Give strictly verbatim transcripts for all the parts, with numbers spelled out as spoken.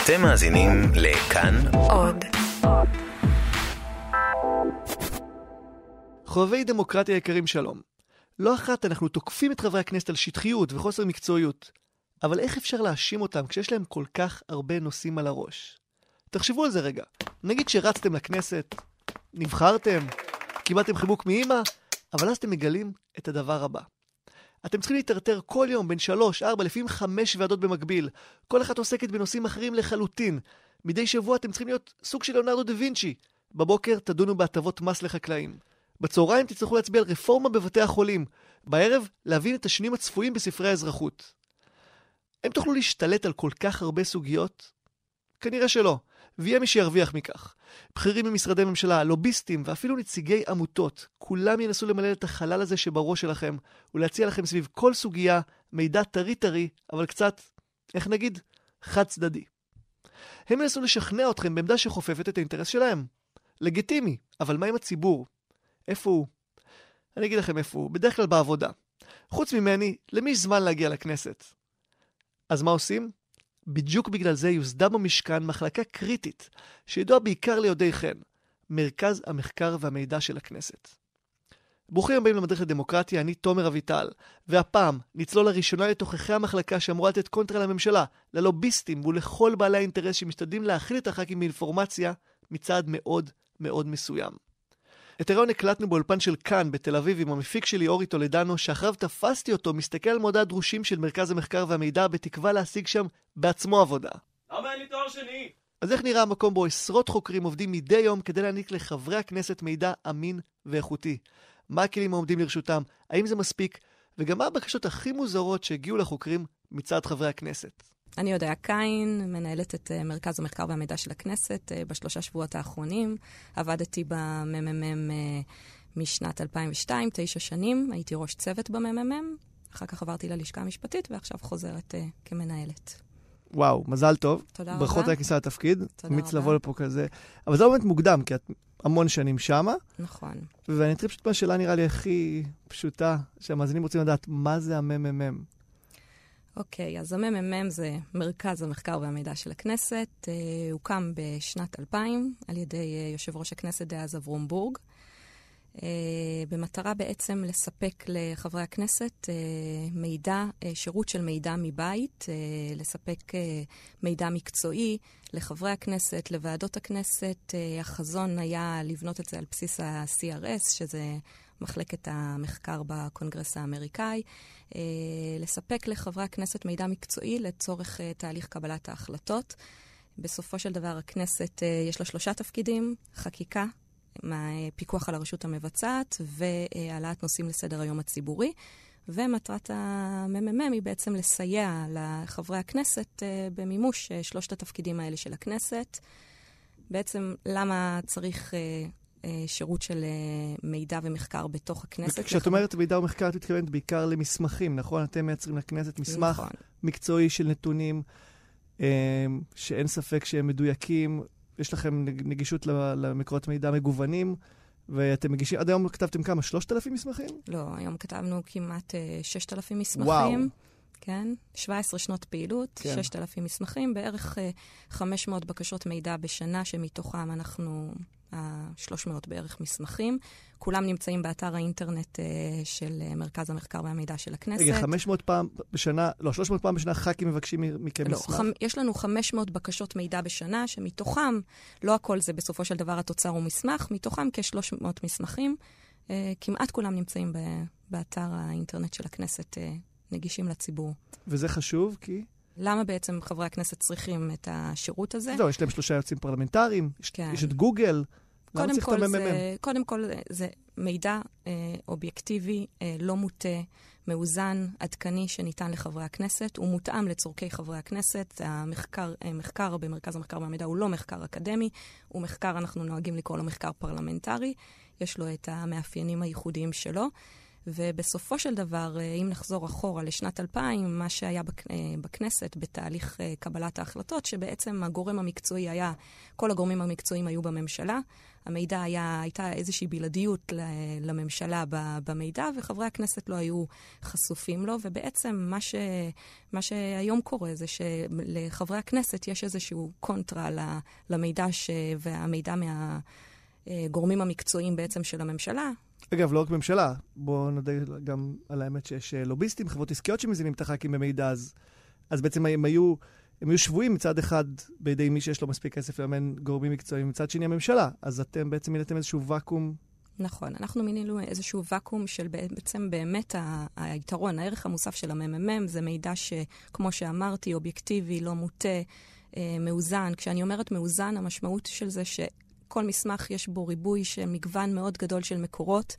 אתם מאזינים לכאן עוד. חובבי דמוקרטיה יקרים שלום. לא אחת אנחנו תוקפים את חברי הכנסת על שטחיות וחוסר מקצועיות. אבל איך אפשר להאשים אותם כשיש להם כל כך הרבה נושאים על הראש? תחשבו על זה רגע. נגיד שרצתם לכנסת, נבחרתם, קיבלתם חיבוק מאמא, אבל אז אתם מגלים את הדבר הבא. אתם צריכים להתרטר כל יום בין שלוש, ארבע, לפעמים חמש ועדות במקביל. כל אחת עוסקת בנושאים אחרים לחלוטין. מדי שבוע אתם צריכים להיות סוג של ליאונרדו דה וינצ'י. בבוקר תדונו בהטבות מס לחקלאים. בצהריים תצטרכו להצביע על רפורמה בבתי החולים. בערב להבין את השינויים הצפויים בספרי האזרחות. הם תוכלו להשתלט על כל כך הרבה סוגיות? כנראה שלא. ויהיה מי שירוויח מכך. בכירים ממשרדי ממשלה, לוביסטים ואפילו נציגי עמותות, כולם ינסו למלא את החלל הזה שבראש שלכם, ולהציע לכם סביב כל סוגיה מידע טרי טרי, אבל קצת, איך נגיד, חד צדדי. הם ינסו לשכנע אתכם בעמדה שחופפת את האינטרס שלהם. לגיטימי, אבל מה עם הציבור? איפה הוא? אני אגיד לכם איפה הוא, בדרך כלל בעבודה. חוץ ממני, למי יש זמן להגיע לכנסת? אז מה עושים? בדיוק בגלל זה יוסדה במשכן מחלקה קריטית, שידוע בעיקר ליודעי חן, מרכז המחקר והמידע של הכנסת. ברוכים הבאים למדריך לדמוקרטיה, אני תומר אביטל, והפעם נצלול לראשונה לתוככי המחלקה שאמורה לתת קונטרה לממשלה, ללוביסטים ולכל בעלי האינטרס שמשתדלים להכיל את הח"כים באינפורמציה מצד מאוד מאוד מסוים. את הרעיון הקלטנו באולפן של כאן בתל אביב עם המפיק שלי אורי טולדנו, שאחריו תפסתי אותו מסתכל על מודעת דרושים של מרכז המחקר והמידע בתקווה להשיג שם בעצמו עבודה. למה אין לי תואר שני? אז איך נראה המקום בו עשרות חוקרים עובדים מדי יום כדי להעניק לחברי הכנסת מידע אמין ואיכותי? מה הכלים העומדים לרשותם? האם זה מספיק? וגם מה הבקשות הכי מוזרות שהגיעו לחוקרים מצד חברי הכנסת? אני יודע קין, מנהלת את מרכז המחקר והמידע של הכנסת בשלושה שבועות האחרונים. עבדתי בממ"מ משנת אלפיים ושתיים, תשע שנים. הייתי ראש צוות בממ"מ. אחר כך עברתי ללשכה המשפטית ועכשיו חוזרת כמנהלת. וואו, מזל טוב. תודה רבה. ברכות על הכניסה לתפקיד. תודה אמיץ רבה. לבוא לפה כזה. אבל זה לא באמת מוקדם, כי את המון שנים שמה. נכון. ואני אתחיל פשוט מהשאלה נראה לי הכי פשוטה, שהמאזינים רוצים לדעת מה זה הממ"מ. אוקיי, אז הממ"מ זה מרכז המחקר והמידע של הכנסת. אה, הוקם בשנת אלפיים על ידי אה, יושב ראש הכנסת דאז אברום בורג. אה, במטרה בעצם לספק לחברי הכנסת אה, מידע, אה, שירות של מידע מבית, אה, לספק אה, מידע מקצועי לחברי הכנסת, לוועדות הכנסת. אה, החזון היה לבנות את זה על בסיס ה-סי אר אס, שזה מחלקת המחקר בקונגרס האמריקאי, אה, לספק לחברי הכנסת מידע מקצועי לצורך אה, תהליך קבלת ההחלטות. בסופו של דבר הכנסת אה, יש לה שלושה תפקידים, חקיקה, פיקוח על הרשות המבצעת והעלאת נושאים לסדר היום הציבורי. ומטרת הממ"מ היא בעצם לסייע לחברי הכנסת אה, במימוש אה, שלושת התפקידים האלה של הכנסת. בעצם למה צריך אה, שירות של מידע ומחקר בתוך הכנסת. כשאת אומרת מידע ומחקר, את מתכוונת בעיקר למסמכים, נכון? אתם מייצרים לכנסת מסמך מקצועי של נתונים, שאין ספק שהם מדויקים, יש לכם נגישות למקורות מידע מגוונים, ואתם מגישים, עד היום כתבתם כמה? שלושת אלפים מסמכים? לא, היום כתבנו כמעט ששת אלפים מסמכים. וואו. כן, שבע עשרה שנות פעילות, כן. ששת אלפים מסמכים, בערך חמש מאות בקשות מידע בשנה, שמתוכם אנחנו שלוש מאות בערך מסמכים. כולם נמצאים באתר האינטרנט של מרכז המחקר והמידע של הכנסת. רגע, חמש מאות פעם בשנה, לא, שלוש מאות פעם בשנה ח"כים מבקשים מכם לא, מסמך? חמ, יש לנו חמש מאות בקשות מידע בשנה, שמתוכם, לא הכל זה בסופו של דבר התוצר הוא מסמך, מתוכם כ-שלוש מאות מסמכים. כמעט כולם נמצאים באתר האינטרנט של הכנסת, נגישים לציבור. וזה חשוב כי? למה בעצם חברי הכנסת צריכים את השירות הזה? זהו, יש להם שלושה יועצים פרלמנטריים, כן. יש את גוגל. קודם כל, זה, קודם כל זה מידע אה, אובייקטיבי, אה, לא מוטה, מאוזן, עדכני שניתן לחברי הכנסת. הוא מותאם לצורכי חברי הכנסת. המחקר, אה, מחקר במרכז המחקר והמידע הוא לא מחקר אקדמי, הוא מחקר, אנחנו נוהגים לקרוא לו מחקר פרלמנטרי. יש לו את המאפיינים הייחודיים שלו. ובסופו של דבר, אם נחזור אחורה לשנת אלפיים, מה שהיה בכנסת בתהליך קבלת ההחלטות, שבעצם הגורם המקצועי היה, כל הגורמים המקצועיים היו בממשלה, המידע היה, הייתה איזושהי בלעדיות לממשלה במידע, וחברי הכנסת לא היו חשופים לו, ובעצם מה, ש, מה שהיום קורה זה שלחברי הכנסת יש איזשהו קונטרה למידע ש, והמידע מהגורמים המקצועיים בעצם של הממשלה. אגב, לא רק ממשלה, בואו נדע גם על האמת שיש לוביסטים, חברות עסקיות שמזינים את הח"כים במידע, אז, אז בעצם הם היו... הם היו שבויים מצד אחד בידי מי שיש לו מספיק כסף לאמן גורמים מקצועיים, מצד שני הממשלה. אז אתם בעצם מילאתם איזשהו ואקום. נכון, אנחנו מינינו איזשהו ואקום של בעצם באמת היתרון, הערך המוסף של הממ"מ, זה מידע שכמו שאמרתי, אובייקטיבי, לא מוטה, מאוזן. כשאני אומרת מאוזן, המשמעות של זה שכל מסמך יש בו ריבוי של מגוון מאוד גדול של מקורות,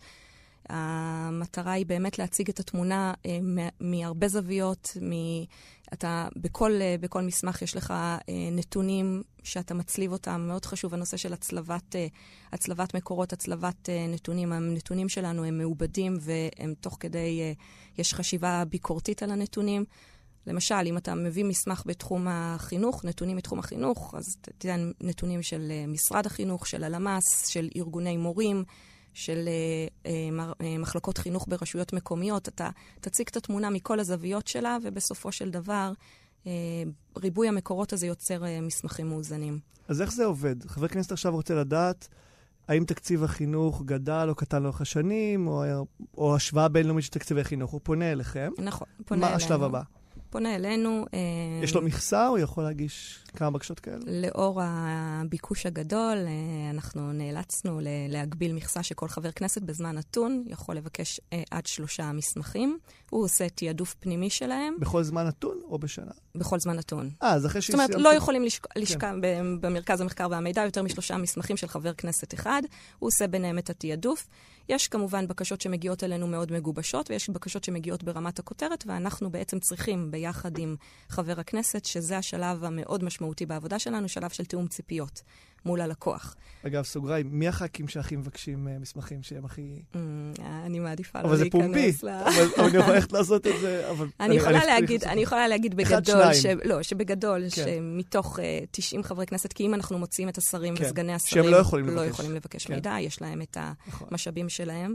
המטרה היא באמת להציג את התמונה אה, מהרבה זוויות, מ... אתה, בכל, אה, בכל מסמך יש לך אה, נתונים שאתה מצליב אותם, מאוד חשוב הנושא של הצלבת, אה, הצלבת מקורות, הצלבת אה, נתונים, הנתונים שלנו הם מעובדים והם תוך כדי, אה, יש חשיבה ביקורתית על הנתונים. למשל, אם אתה מביא מסמך בתחום החינוך, נתונים בתחום החינוך, אז תדע נתונים של אה, משרד החינוך, של הלמ"ס, של ארגוני מורים, של אה, אה, מחלקות חינוך ברשויות מקומיות, אתה תציג את התמונה מכל הזוויות שלה, ובסופו של דבר, אה, ריבוי המקורות הזה יוצר אה, מסמכים מאוזנים. אז איך זה עובד? חבר כנסת עכשיו רוצה לדעת, האם תקציב החינוך גדל או קטן לאורך השנים, או, או השוואה בינלאומית של תקציבי החינוך? הוא פונה אליכם. נכון, פונה מה אלינו. השלב הבא? פונה אלינו. יש לו מכסה או יכול להגיש כמה בקשות כאלה? לאור הביקוש הגדול, אנחנו נאלצנו להגביל מכסה שכל חבר כנסת בזמן נתון יכול לבקש עד שלושה מסמכים. הוא עושה תיעדוף פנימי שלהם. בכל זמן נתון או בשנה? בכל זמן נתון. אה, אז אחרי זאת אומרת, לא יכולים לשקע במרכז המחקר והמידע יותר משלושה מסמכים של חבר כנסת אחד. הוא עושה ביניהם את התיעדוף. יש כמובן בקשות שמגיעות אלינו מאוד מגובשות, ויש בקשות שמגיעות ברמת הכותרת, ואנחנו בעצם צריכים ביחד עם חבר הכנסת, שזה השלב המאוד משמעותי בעבודה שלנו, שלב של תיאום ציפיות מול הלקוח. אגב, סוגריים, מי הח"כים שהכי מבקשים מסמכים שהם הכי... אני מעדיפה לא להיכנס. אבל זה פומבי, אבל אני יכולה איך לעשות את זה, אבל... אני יכולה להגיד בגדול, לא, שבגדול, שמתוך תשעים חברי כנסת, כי אם אנחנו מוצאים את השרים וסגני השרים, שהם לא יכולים לבקש מידע, יש להם את המשאבים שלהם.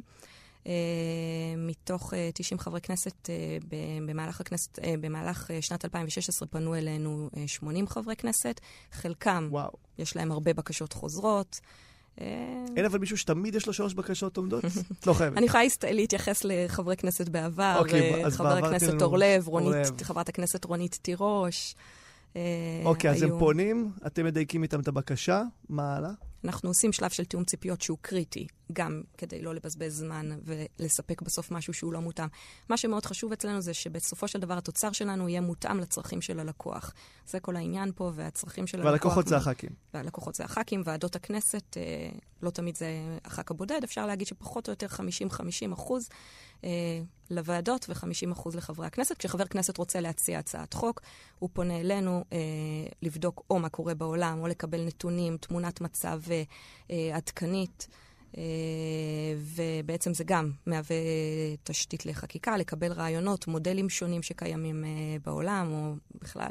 מתוך תשעים חברי כנסת, במהלך הכנסת, במהלך שנת אלפיים ושש עשרה פנו אלינו שמונים חברי כנסת, חלקם יש להם הרבה בקשות חוזרות. אין אבל מישהו שתמיד יש לו שלוש בקשות עומדות? לא חייבת. אני יכולה להתייחס לחברי כנסת בעבר, חבר הכנסת אורלב, חברת הכנסת רונית תירוש. אוקיי, אז הם פונים, אתם מדייקים איתם את הבקשה, מה הלאה? אנחנו עושים שלב של תיאום ציפיות שהוא קריטי, גם כדי לא לבזבז זמן ולספק בסוף משהו שהוא לא מותאם. מה שמאוד חשוב אצלנו זה שבסופו של דבר התוצר שלנו יהיה מותאם לצרכים של הלקוח. זה כל העניין פה, והצרכים של הלקוח... והלקוחות זה הח"כים. והלקוחות זה הח"כים, ועדות הכנסת, לא תמיד זה הח"כ הבודד, אפשר להגיד שפחות או יותר חמישים חמישים אחוז לוועדות ו-חמישים אחוז לחברי הכנסת. כשחבר כנסת רוצה להציע הצעת חוק, הוא פונה אלינו לבדוק או מה קורה בעולם, או לקבל נתונים, תמונת מצב עדכנית, ובעצם זה גם מהווה תשתית לחקיקה, לקבל רעיונות, מודלים שונים שקיימים בעולם, או בכלל.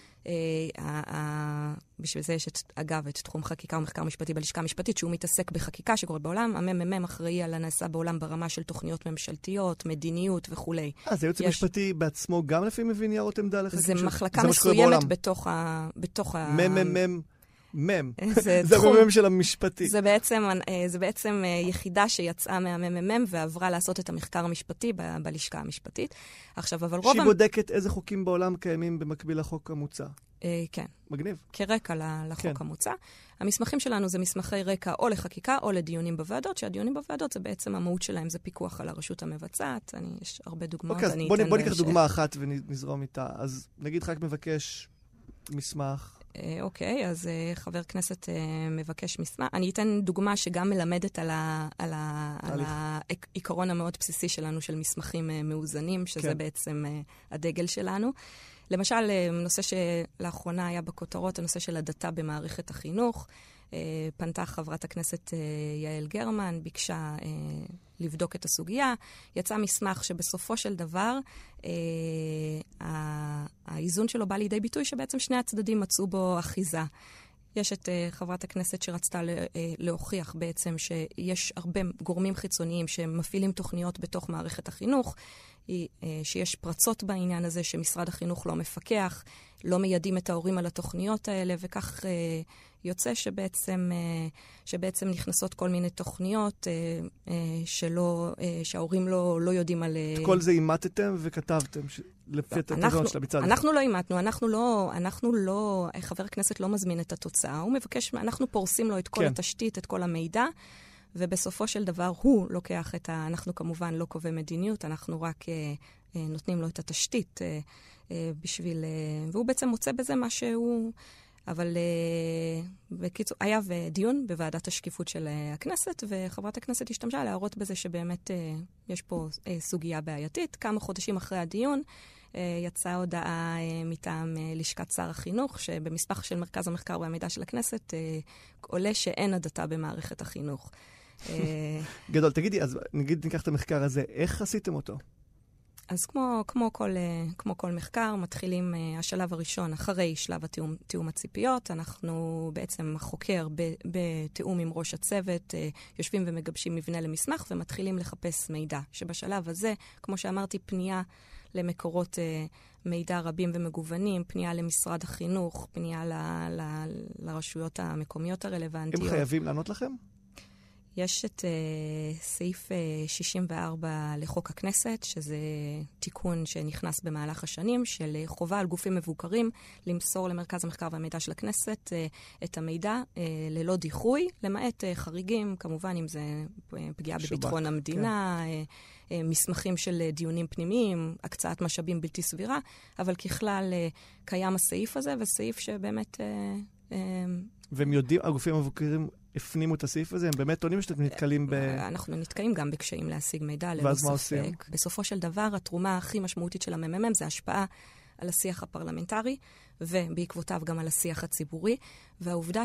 בשביל זה יש, אגב, את תחום חקיקה ומחקר משפטי בלשכה המשפטית, שהוא מתעסק בחקיקה שקורית בעולם. הממ"מ אחראי על הנעשה בעולם ברמה של תוכניות ממשלתיות, מדיניות וכו'. אז הייעוץ המשפטי בעצמו גם לפי מבין ניירות עמדה לחקיקה? זה מחלקה מסוימת בתוך ה... ממ"מ. מם. זה הממ"מ של המשפטי. זה בעצם, זה בעצם יחידה שיצאה מהממ"מ ועברה לעשות את המחקר המשפטי ב- בלשכה המשפטית. עכשיו, אבל רוב... שהיא בודקת איזה חוקים בעולם קיימים במקביל לחוק המוצע. כן. מגניב. כרקע לחוק המוצע. המסמכים שלנו זה מסמכי רקע או לחקיקה או לדיונים בוועדות, שהדיונים בוועדות זה בעצם המהות שלהם, זה פיקוח על הרשות המבצעת. אני, יש הרבה דוגמאות. אוקיי, בוא, בוא ניקח דוגמה אחת ונזרום איתה. אז נגיד רק מבקש מסמך... אוקיי, אז uh, חבר כנסת uh, מבקש מסמך. אני אתן דוגמה שגם מלמדת על, ה, על, ה, על העיקרון המאוד בסיסי שלנו של מסמכים uh, מאוזנים, שזה כן. בעצם uh, הדגל שלנו. למשל, uh, נושא שלאחרונה היה בכותרות, הנושא של הדתה במערכת החינוך. פנתה חברת הכנסת יעל גרמן, ביקשה לבדוק את הסוגיה. יצא מסמך שבסופו של דבר האיזון שלו בא לידי ביטוי שבעצם שני הצדדים מצאו בו אחיזה. יש את uh, חברת הכנסת שרצתה לה, uh, להוכיח בעצם שיש הרבה גורמים חיצוניים שמפעילים תוכניות בתוך מערכת החינוך, היא, uh, שיש פרצות בעניין הזה שמשרד החינוך לא מפקח, לא מיידים את ההורים על התוכניות האלה, וכך uh, יוצא שבעצם, uh, שבעצם נכנסות כל מיני תוכניות uh, uh, שלא, uh, שההורים לא, לא יודעים על... את כל זה אימתתם וכתבתם ש... לפי התיאטרון של המצד. אנחנו לא אימתנו, אנחנו לא, אנחנו לא, חבר הכנסת לא מזמין את התוצאה, הוא מבקש, אנחנו פורסים לו את כל התשתית, את כל המידע, ובסופו של דבר הוא לוקח את ה... אנחנו כמובן לא קובע מדיניות, אנחנו רק נותנים לו את התשתית בשביל... והוא בעצם מוצא בזה מה שהוא... אבל בקיצור, היה דיון בוועדת השקיפות של הכנסת, וחברת הכנסת השתמשה להראות בזה שבאמת יש פה סוגיה בעייתית. כמה חודשים אחרי הדיון יצאה הודעה מטעם לשכת שר החינוך, שבמסמך של מרכז המחקר והמידע של הכנסת עולה שאין הדתה במערכת החינוך. גדול, תגידי, אז נגיד ניקח את המחקר הזה, איך עשיתם אותו? אז כמו, כמו, כל, כמו כל מחקר, מתחילים השלב הראשון, אחרי שלב התיאום, תיאום הציפיות. אנחנו בעצם החוקר בתיאום עם ראש הצוות, יושבים ומגבשים מבנה למסמך ומתחילים לחפש מידע. שבשלב הזה, כמו שאמרתי, פנייה למקורות מידע רבים ומגוונים, פנייה למשרד החינוך, פנייה ל, ל, לרשויות המקומיות הרלוונטיות. הם חייבים לענות לכם? יש את uh, סעיף uh, שישים וארבע לחוק הכנסת, שזה תיקון שנכנס במהלך השנים, של uh, חובה על גופים מבוקרים למסור למרכז המחקר והמידע של הכנסת uh, את המידע uh, ללא דיחוי, למעט uh, חריגים, כמובן אם זה uh, פגיעה שבק, בביטחון המדינה, כן. uh, uh, מסמכים של uh, דיונים פנימיים, הקצאת משאבים בלתי סבירה, אבל ככלל uh, קיים הסעיף הזה, וסעיף שבאמת... Uh, uh, והם יודעים, הגופים המבוקרים... הפנימו את הסעיף הזה, הם באמת עונים שאתם נתקלים ב... אנחנו נתקעים גם בקשיים להשיג מידע, ללא ספק. עושים? בסופו של דבר, התרומה הכי משמעותית של הממ"מ זה השפעה על השיח הפרלמנטרי, ובעקבותיו גם על השיח הציבורי, והעובדה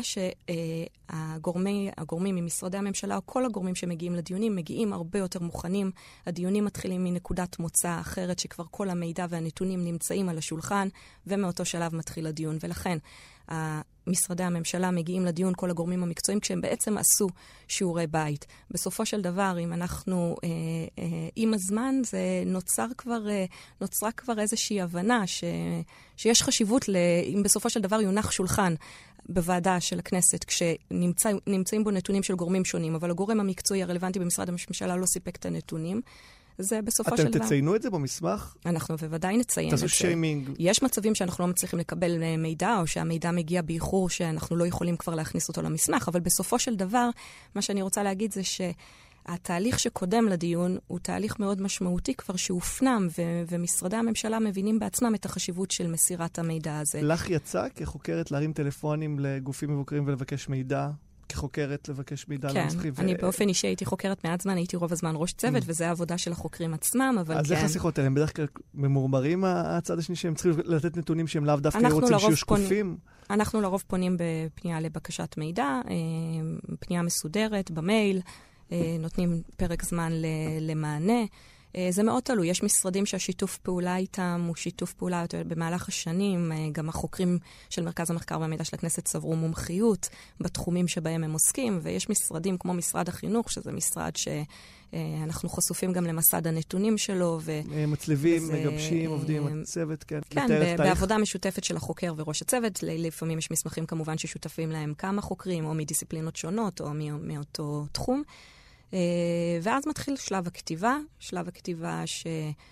שהגורמים ממשרדי הממשלה, או כל הגורמים שמגיעים לדיונים, מגיעים הרבה יותר מוכנים. הדיונים מתחילים מנקודת מוצא אחרת, שכבר כל המידע והנתונים נמצאים על השולחן, ומאותו שלב מתחיל הדיון. ולכן, משרדי הממשלה מגיעים לדיון, כל הגורמים המקצועיים, כשהם בעצם עשו שיעורי בית. בסופו של דבר, אם אנחנו, אה, אה, עם הזמן, זה נוצר כבר, אה, נוצרה כבר איזושהי הבנה ש, שיש חשיבות, ל, אם בסופו של דבר יונח שולחן בוועדה של הכנסת, כשנמצאים בו נתונים של גורמים שונים, אבל הגורם המקצועי הרלוונטי במשרד הממשלה לא סיפק את הנתונים, זה בסופו של דבר... אתם תציינו את זה במסמך? אנחנו בוודאי נציין את זה. תעשו שיימינג. יש מצבים שאנחנו לא מצליחים לקבל מידע, או שהמידע מגיע באיחור שאנחנו לא יכולים כבר להכניס אותו למסמך, אבל בסופו של דבר, מה שאני רוצה להגיד זה שהתהליך שקודם לדיון הוא תהליך מאוד משמעותי כבר שהופנם, ו- ומשרדי הממשלה מבינים בעצמם את החשיבות של מסירת המידע הזה. לך יצא כחוקרת להרים טלפונים לגופים מבוקרים ולבקש מידע? כחוקרת לבקש מידע כן, למצחי. אני ו... באופן אישי הייתי חוקרת מעט זמן, הייתי רוב הזמן ראש צוות, mm. וזה העבודה של החוקרים עצמם, אבל אז כן. איך השיחות האלה? הם בדרך כלל ממורמרים הצד השני שהם צריכים לתת נתונים שהם לאו דווקא רוצים שיהיו שקופים? פונים, אנחנו לרוב פונים בפנייה לבקשת מידע, פנייה מסודרת, במייל, נותנים פרק זמן למענה. זה מאוד תלוי. יש משרדים שהשיתוף פעולה איתם הוא שיתוף פעולה יותר במהלך השנים. גם החוקרים של מרכז המחקר והמידע של הכנסת צברו מומחיות בתחומים שבהם הם עוסקים, ויש משרדים כמו משרד החינוך, שזה משרד שאנחנו חשופים גם למסד הנתונים שלו. ו... מצליבים, וזה... מגבשים, עובדים עם הצוות, כן. כן, ב- בעבודה משותפת של החוקר וראש הצוות. לפעמים יש מסמכים כמובן ששותפים להם כמה חוקרים, או מדיסציפלינות שונות, או מאותו תחום. ואז מתחיל שלב הכתיבה, שלב הכתיבה ש...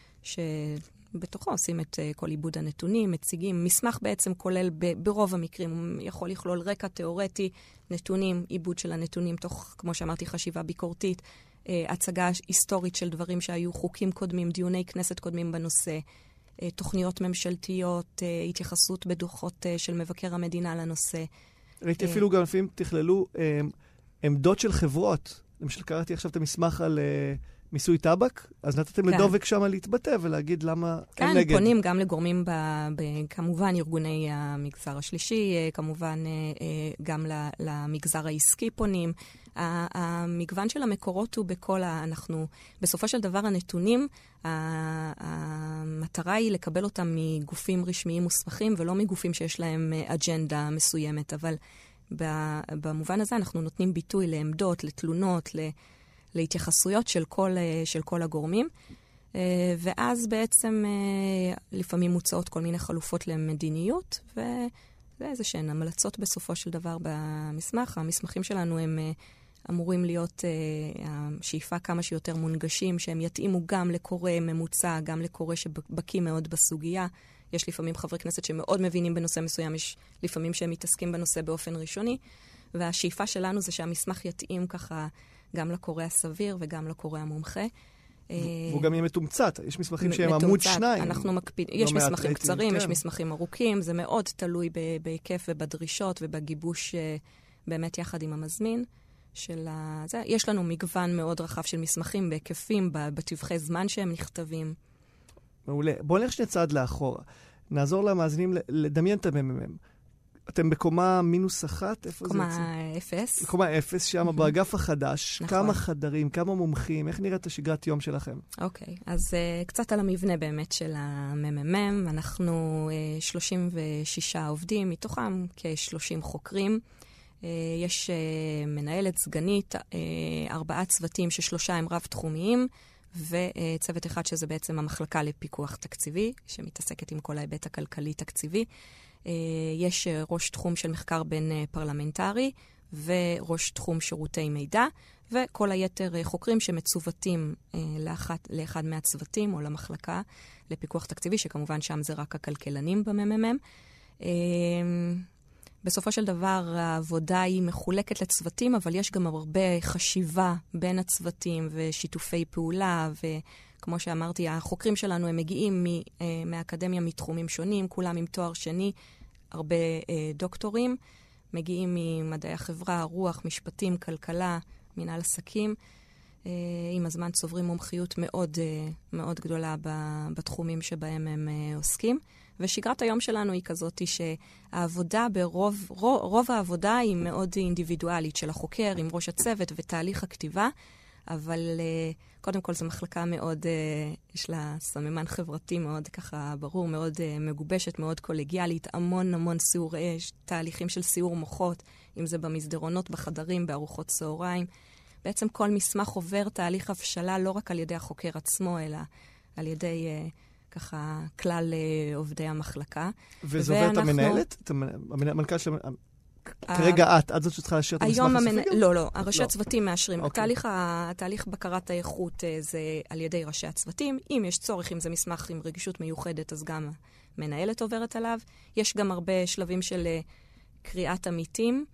שבתוכו עושים את כל עיבוד הנתונים, מציגים, מסמך בעצם כולל ב... ברוב המקרים, יכול לכלול רקע תיאורטי, נתונים, עיבוד של הנתונים, תוך, כמו שאמרתי, חשיבה ביקורתית, הצגה היסטורית של דברים שהיו חוקים קודמים, דיוני כנסת קודמים בנושא, תוכניות ממשלתיות, התייחסות בדוחות של מבקר המדינה לנושא. ראיתי אפילו גם לפעמים תכללו עמדות של חברות, למשל, קראתי עכשיו את המסמך על uh, מיסוי טבק, אז נתתם כן. לדובק שם להתבטא ולהגיד למה כן, הם נגד. כן, פונים גם לגורמים, ב, ב, כמובן ארגוני המגזר השלישי, כמובן גם למגזר העסקי פונים. המגוון של המקורות הוא בכל ה... אנחנו, בסופו של דבר הנתונים, המטרה היא לקבל אותם מגופים רשמיים מוסמכים, ולא מגופים שיש להם אג'נדה מסוימת, אבל במובן הזה אנחנו נותנים ביטוי לעמדות, לתלונות, ל... להתייחסויות של כל, של כל הגורמים, ואז בעצם לפעמים מוצאות כל מיני חלופות למדיניות, וזה איזה שהן המלצות בסופו של דבר במסמך. המסמכים שלנו הם אמורים להיות השאיפה כמה שיותר מונגשים, שהם יתאימו גם לקורא ממוצע, גם לקורא שבקיא מאוד בסוגיה. יש לפעמים חברי כנסת שמאוד מבינים בנושא מסוים, יש לפעמים שהם מתעסקים בנושא באופן ראשוני, והשאיפה שלנו זה שהמסמך יתאים ככה גם לקורא הסביר וגם לקורא המומחה. והוא גם יהיה מתומצת. יש מסמכים שהם עמוד שניים. אנחנו מקפיד, יש מסמכים קצרים, יש מסמכים ארוכים, זה מאוד תלוי בהיקף ובדרישות ובגיבוש באמת יחד עם המזמין של זה. יש לנו מגוון מאוד רחב של מסמכים בהיקפים, בטווחי זמן שהם נכתבים. מעולה. בואו נלך שני צעד לאחורה. נעזור למאזינים לדמיין את הממ"מ. אתם בקומה מינוס אחת? קומה אפס. קומה אפס, שם באגף החדש. כמה חדרים, כמה מומחים, איך נראית השגרת יום שלכם? אוקיי, אז קצת על המבנה באמת של הממ"מ. אנחנו שלושים ושישה עובדים, מתוכם כ-שלושים חוקרים. יש מנהלת סגנית, ארבעה צוותים ששלושה הם רב-תחומיים, וצוות אחד שזה בעצם המחלקה לפיקוח תקציבי, שמתעסקת עם כל ההיבט הכלכלי-תקציבי. יש ראש תחום של מחקר בין פרלמנטרי, וראש תחום שירותי מידע, וכל היתר חוקרים שמצוותים לאחת, לאחד מהצוותים או למחלקה לפיקוח תקציבי, שכמובן שם זה רק הכלכלנים בממ"מ. בסופו של דבר העבודה היא מחולקת לצוותים, אבל יש גם הרבה חשיבה בין הצוותים ושיתופי פעולה, וכמו שאמרתי, החוקרים שלנו הם מגיעים מהאקדמיה מתחומים שונים, כולם עם תואר שני, הרבה דוקטורים, מגיעים ממדעי החברה, רוח, משפטים, כלכלה, מנהל עסקים, עם הזמן צוברים מומחיות מאוד, מאוד גדולה בתחומים שבהם הם עוסקים. ושגרת היום שלנו היא כזאת שהעבודה ברוב, רוב, רוב העבודה היא מאוד אינדיבידואלית של החוקר עם ראש הצוות ותהליך הכתיבה, אבל uh, קודם כל זו מחלקה מאוד, uh, יש לה סממן חברתי מאוד ככה ברור, מאוד uh, מגובשת, מאוד קולגיאלית, המון המון סיור, יש תהליכים של סיור מוחות, אם זה במסדרונות, בחדרים, בארוחות צהריים. בעצם כל מסמך עובר תהליך הבשלה לא רק על ידי החוקר עצמו, אלא על ידי... Uh, ככה כלל uh, עובדי המחלקה. וזה עובר את המנהלת? המנכ"ל של... כרגע את, את זאת שצריכה לאשר את המסמך הסופי? לא, לא. הראשי הצוותים מאשרים. התהליך בקרת האיכות זה על ידי ראשי הצוותים. אם יש צורך, אם זה מסמך עם רגישות מיוחדת, אז גם המנהלת עוברת עליו. יש גם הרבה שלבים של קריאת עמיתים.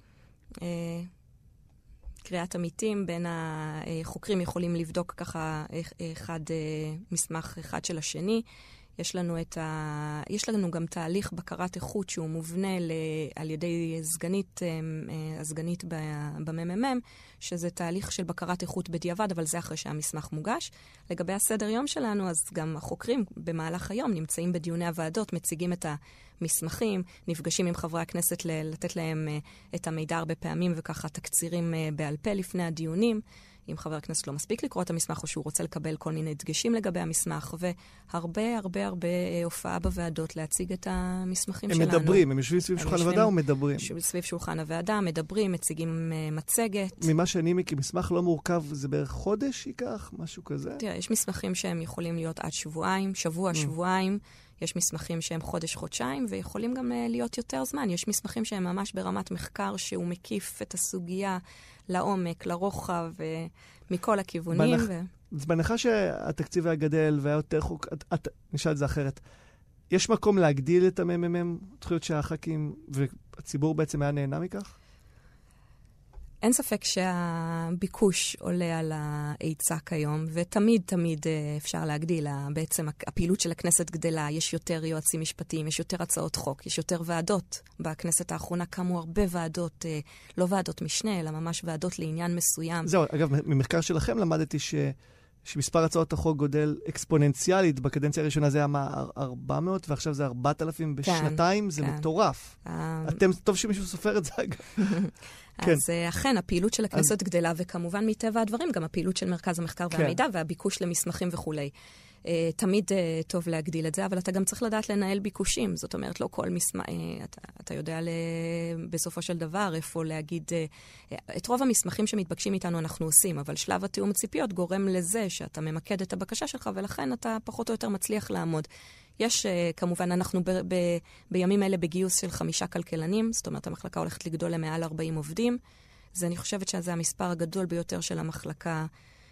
קריאת עמיתים בין החוקרים יכולים לבדוק ככה אחד, מסמך אחד של השני. יש לנו, את ה... יש לנו גם תהליך בקרת איכות שהוא מובנה ל... על ידי סגנית, הסגנית בממ"מ, שזה תהליך של בקרת איכות בדיעבד, אבל זה אחרי שהמסמך מוגש. לגבי הסדר יום שלנו, אז גם החוקרים במהלך היום נמצאים בדיוני הוועדות, מציגים את המסמכים, נפגשים עם חברי הכנסת ל... לתת להם את המידע הרבה פעמים, וככה תקצירים בעל פה לפני הדיונים. אם חבר הכנסת לא מספיק לקרוא את המסמך, או שהוא רוצה לקבל כל מיני דגשים לגבי המסמך, והרבה הרבה הרבה הופעה בוועדות להציג את המסמכים הם שלנו. הם מדברים, הם יושבים סביב שולחן הוועדה או מדברים? סביב שולחן הוועדה, מדברים, מציגים מצגת. ממה שאני מכיר, מסמך לא מורכב, זה בערך חודש ייקח, משהו כזה? תראה, יש מסמכים שהם יכולים להיות עד שבועיים, שבוע, שבועיים, יש מסמכים שהם חודש, חודשיים, ויכולים גם להיות יותר זמן. יש מסמכים שהם ממש ברמת מחקר שהוא מקיף את הסוגיה לעומק, לרוחב, מכל הכיוונים. בנח... ו... בהנחה שהתקציב היה גדל והיה יותר חוק, את, את, נשאל את זה אחרת. יש מקום להגדיל את הממ"מ? תחיות שהח"כים והציבור בעצם היה נהנה מכך? אין ספק שהביקוש עולה על ההיצע כיום, ותמיד תמיד אפשר להגדיל. בעצם הפעילות של הכנסת גדלה, יש יותר יועצים משפטיים, יש יותר הצעות חוק, יש יותר ועדות. בכנסת האחרונה קמו הרבה ועדות, לא ועדות משנה, אלא ממש ועדות לעניין מסוים. זהו, אגב, ממחקר שלכם למדתי ש... שמספר הצעות החוק גודל אקספוננציאלית, בקדנציה הראשונה זה היה מה, ארבע מאות, ועכשיו זה ארבעת אלפים בשנתיים, זה מטורף. אתם, טוב שמישהו סופר את זה, אגב. אז אכן, הפעילות של הכנסת גדלה, וכמובן מטבע הדברים, גם הפעילות של מרכז המחקר והמידע, והביקוש למסמכים וכולי. תמיד טוב להגדיל את זה, אבל אתה גם צריך לדעת לנהל ביקושים. זאת אומרת, לא כל מסמך, אתה, אתה יודע בסופו של דבר איפה להגיד, את רוב המסמכים שמתבקשים איתנו אנחנו עושים, אבל שלב התיאום ציפיות גורם לזה שאתה ממקד את הבקשה שלך, ולכן אתה פחות או יותר מצליח לעמוד. יש, כמובן, אנחנו ב, ב, בימים אלה בגיוס של חמישה כלכלנים, זאת אומרת, המחלקה הולכת לגדול למעל ארבעים עובדים. זה, אני חושבת שזה המספר הגדול ביותר של המחלקה.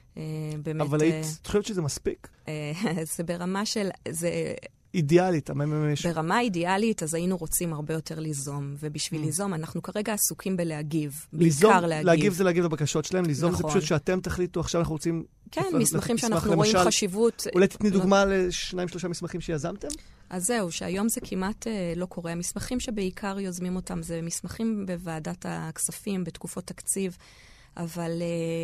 באמת, אבל היית חושבת שזה מספיק? זה ברמה של... זה אידיאלית, ברמה אידיאלית, אז היינו רוצים הרבה יותר ליזום, ובשביל ליזום אנחנו כרגע עסוקים בלהגיב, בעיקר להגיב. להגיב זה להגיב לבקשות שלהם, ליזום זה פשוט שאתם תחליטו, עכשיו אנחנו רוצים... כן, מסמכים שאנחנו רואים חשיבות... אולי תתני דוגמה לשניים, שלושה מסמכים שיזמתם? אז זהו, שהיום זה כמעט לא קורה. המסמכים שבעיקר יוזמים אותם זה מסמכים בוועדת הכספים, בתקופות תקציב, אבל,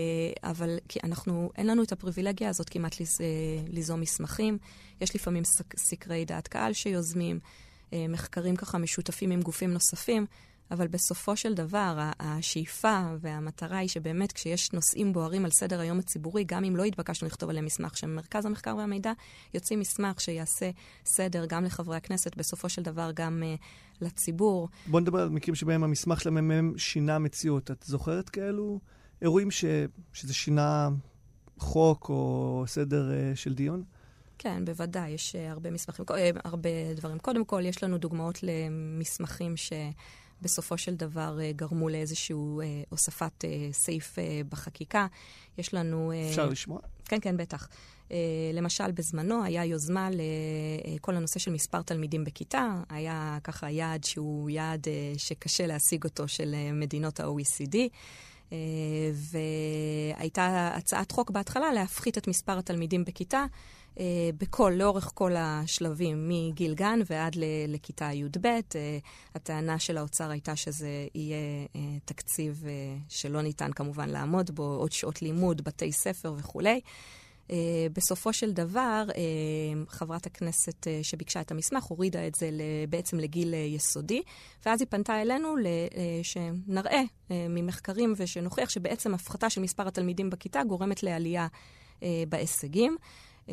אבל כי אנחנו, אין לנו את הפריבילגיה הזאת כמעט ליזום מסמכים. יש לפעמים סקרי דעת קהל שיוזמים, מחקרים ככה משותפים עם גופים נוספים, אבל בסופו של דבר, השאיפה והמטרה היא שבאמת כשיש נושאים בוערים על סדר היום הציבורי, גם אם לא התבקשנו לכתוב עליהם מסמך, שמרכז המחקר והמידע יוצאים מסמך שיעשה סדר גם לחברי הכנסת, בסופו של דבר גם uh, לציבור. בוא נדבר על מקרים שבהם המסמך של הממ"מ שינה מציאות. את זוכרת כאלו אירועים ש... שזה שינה חוק או סדר uh, של דיון? כן, בוודאי, יש uh, הרבה מסמכים, uh, הרבה דברים. קודם כל, יש לנו דוגמאות למסמכים ש... בסופו של דבר גרמו לאיזשהו אה, הוספת אה, סעיף אה, בחקיקה. יש לנו... אה, אפשר לשמוע? כן, כן, בטח. אה, למשל, בזמנו היה יוזמה לכל הנושא של מספר תלמידים בכיתה. היה ככה יעד שהוא יעד אה, שקשה להשיג אותו של אה, מדינות ה-או אי סי די. אה, והייתה הצעת חוק בהתחלה להפחית את מספר התלמידים בכיתה, Uh, בכל, לאורך כל השלבים, מגיל גן ועד ל- לכיתה י' ב'. Uh, הטענה של האוצר הייתה שזה יהיה uh, תקציב uh, שלא ניתן כמובן לעמוד בו, עוד שעות לימוד, בתי ספר וכו'. Uh, בסופו של דבר, uh, חברת הכנסת uh, שביקשה את המסמך הורידה את זה בעצם לגיל uh, יסודי, ואז היא פנתה אלינו ל- uh, שנראה uh, ממחקרים ושנוכיח שבעצם הפחתה של מספר התלמידים בכיתה גורמת לעלייה uh, בהישגים. Uh,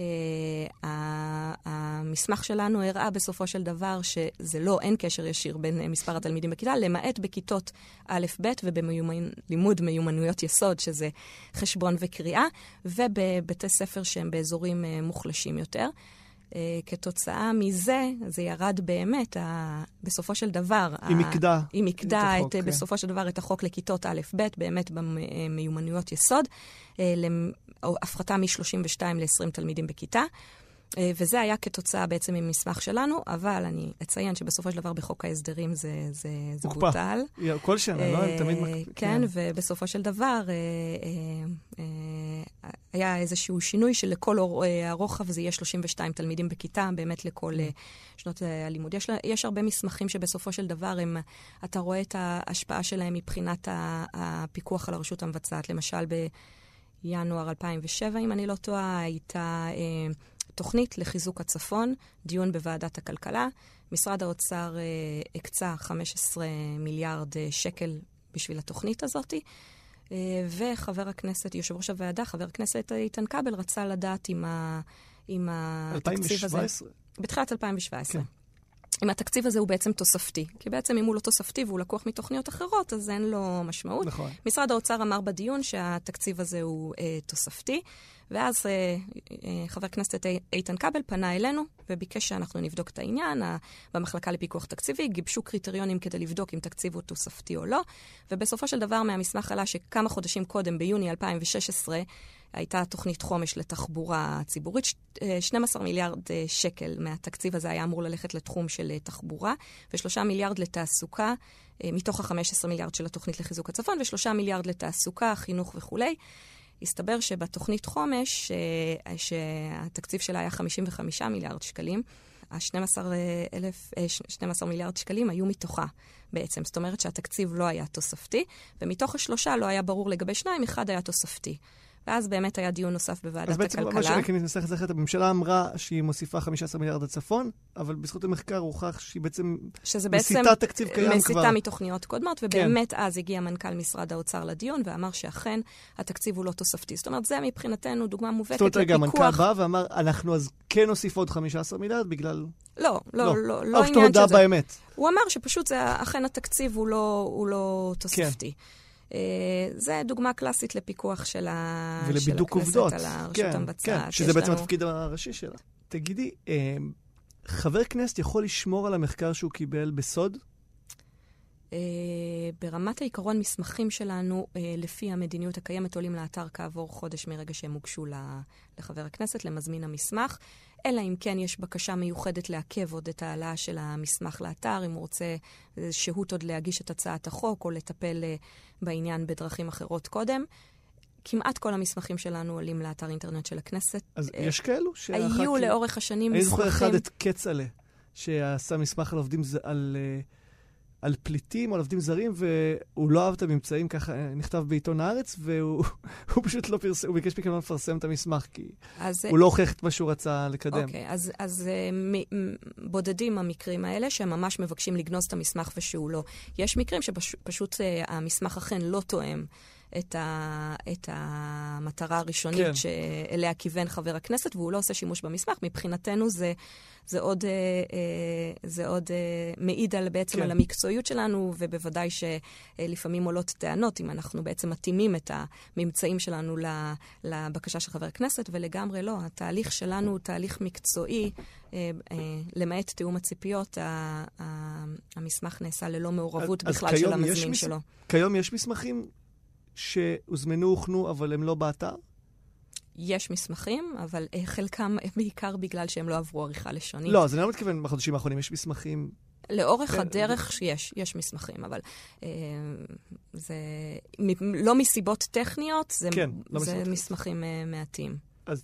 המסמך שלנו הראה בסופו של דבר שזה לא, אין קשר ישיר בין uh, מספר התלמידים בכיתה, למעט בכיתות א' ב' ובלימוד מיומנויות יסוד, שזה חשבון וקריאה, ובבתי ספר שהם באזורים uh, מוחלשים יותר. Uh, כתוצאה מזה, זה ירד באמת, ה... בסופו של דבר... היא מקדה. היא מקדה את, את, okay. בסופו של דבר את החוק לכיתות א' ב', באמת במיומנויות יסוד, uh, להפחתה מ-שלושים ושתיים ל-עשרים תלמידים בכיתה, uh, וזה היה כתוצאה בעצם ממסמך שלנו, אבל אני אציין שבסופו של דבר בחוק ההסדרים זה, זה, זה בוטל. כל שנה, uh, לא? הם תמיד... כן, כן, ובסופו של דבר... Uh, uh, uh, היה איזשהו שינוי שלכל הרוחב זה יהיה שלושים ושתיים תלמידים בכיתה, באמת לכל שנות הלימוד. יש, יש הרבה מסמכים שבסופו של דבר הם, אתה רואה את ההשפעה שלהם מבחינת הפיקוח על הרשות המבצעת. למשל, בינואר אלפיים ושבע, אם אני לא טועה, הייתה אה, תוכנית לחיזוק הצפון, דיון בוועדת הכלכלה. משרד האוצר אה, הקצה חמישה עשר מיליארד שקל בשביל התוכנית הזאת, וחבר הכנסת, יושב ראש הוועדה, חבר הכנסת איתן כבל, רצה לדעת עם, ה, עם התקציב הזה. אלפיים שבע עשרה? בתחילת אלפיים שבע עשרה. כן. אם התקציב הזה הוא בעצם תוספתי. כי בעצם אם הוא לא תוספתי והוא לקוח מתוכניות אחרות, אז אין לו משמעות. נכון. משרד האוצר אמר בדיון שהתקציב הזה הוא אה, תוספתי, ואז אה, אה, חבר הכנסת איתן כבל פנה אלינו, וביקש שאנחנו נבדוק את העניין. במחלקה לפיקוח תקציבי גיבשו קריטריונים כדי לבדוק אם תקציב הוא תוספתי או לא, ובסופו של דבר מהמסמך עלה שכמה חודשים קודם, ביוני אלפיים ושש עשרה, הייתה תוכנית חומש לתחבורה ציבורית, שנים עשר מיליארד שקל מהתקציב הזה היה אמור ללכת לתחום של תחבורה, ושלושה מיליארד לתעסוקה, מתוך ה-חמישה עשר מיליארד של התוכנית לחיזוק הצפון, ושלושה מיליארד לתעסוקה, חינוך וכו'. הסתבר שבתוכנית חומש, שהתקציב שלה היה חמישים וחמישה מיליארד שקלים, ה-שנים עשר מיליארד שקלים היו מתוכה בעצם. זאת אומרת שהתקציב לא היה תוספתי, ומתוך השלושה לא היה ברור לגבי שניים, אחד היה תוספתי. ואז באמת היה דיון נוסף בוועדת הכלכלה. אז בעצם מה שאני נסח את זה אחרת, הממשלה אמרה שהיא מוסיפה חמישה עשר מיליארד לצפון, אבל בזכות המחקר הוכח שהיא בעצם מסיטה תקציב קיים כבר. מסיטה מתוכניות קודמות, ובאמת אז הגיע מנכ"ל משרד האוצר לדיון, ואמר שאכן התקציב הוא לא תוספתי. זאת אומרת, זה מבחינתנו דוגמה מובהקת לפיקוח. זאת אומרת, רגע, המנכ"ל בא ואמר, אנחנו אז כן נוסיף עוד חמישה עשר מיליארד בגלל... לא, לא, לא, לא עניין שזה. באמת. הוא אמר שפשוט זה, אכן התקציב הוא לא, הוא לא תוספתי. כן. זה דוגמה קלאסית לפיקוח של, ה... של הכנסת על הרשות כן, המבצעת. כן, שזה בעצם לנו... התפקיד הראשי שלה. תגידי, חבר כנסת יכול לשמור על המחקר שהוא קיבל בסוד? ברמת העיקרון מסמכים שלנו, לפי המדיניות הקיימת, עולים לאתר כעבור חודש מרגע שהם הוגשו לחבר הכנסת, למזמין המסמך. אלא אם כן יש בקשה מיוחדת לעכב עוד את העלאה של המסמך לאתר, אם הוא רוצה שהות עוד להגיש את הצעת החוק או לטפל בעניין בדרכים אחרות קודם. כמעט כל המסמכים שלנו עולים לאתר אינטרנט של הכנסת. אז יש כאלו? היו לאורך השנים מסמכים... אני זוכר אחד את קצלה, שעשה מסמך על עובדים על... על פליטים, על עובדים זרים, והוא לא אהב את הממצאים, ככה נכתב בעיתון הארץ, והוא הוא פשוט לא פרסם, הוא ביקש מכם לא לפרסם את המסמך, כי אז, הוא לא הוכיח את מה שהוא רצה לקדם. אוקיי, אז, אז מ, מ, בודדים המקרים האלה, שהם ממש מבקשים לגנוז את המסמך ושהוא לא. יש מקרים שפשוט המסמך אכן לא תואם את, ה, את המטרה הראשונית כן. שאליה כיוון חבר הכנסת, והוא לא עושה שימוש במסמך. מבחינתנו זה, זה עוד, זה עוד מעיד על, בעצם כן. על המקצועיות שלנו, ובוודאי שלפעמים עולות טענות, אם אנחנו בעצם מתאימים את הממצאים שלנו לבקשה של חבר הכנסת, ולגמרי לא. התהליך שלנו הוא תהליך מקצועי, למעט תיאום הציפיות, המסמך נעשה ללא מעורבות בכלל של המזמין שלו. כיום יש מסמכים שהוזמנו, הוכנו, אבל הם לא באתר? יש מסמכים, אבל חלקם בעיקר בגלל שהם לא עברו עריכה לשונית. לא, אז אני לא מתכוון בחודשים האחרונים, יש מסמכים... לאורך הדרך יש, יש מסמכים, אבל אה, זה לא מסיבות טכניות, זה, כן, לא זה מסיבות. מסמכים אה, מעטים. אז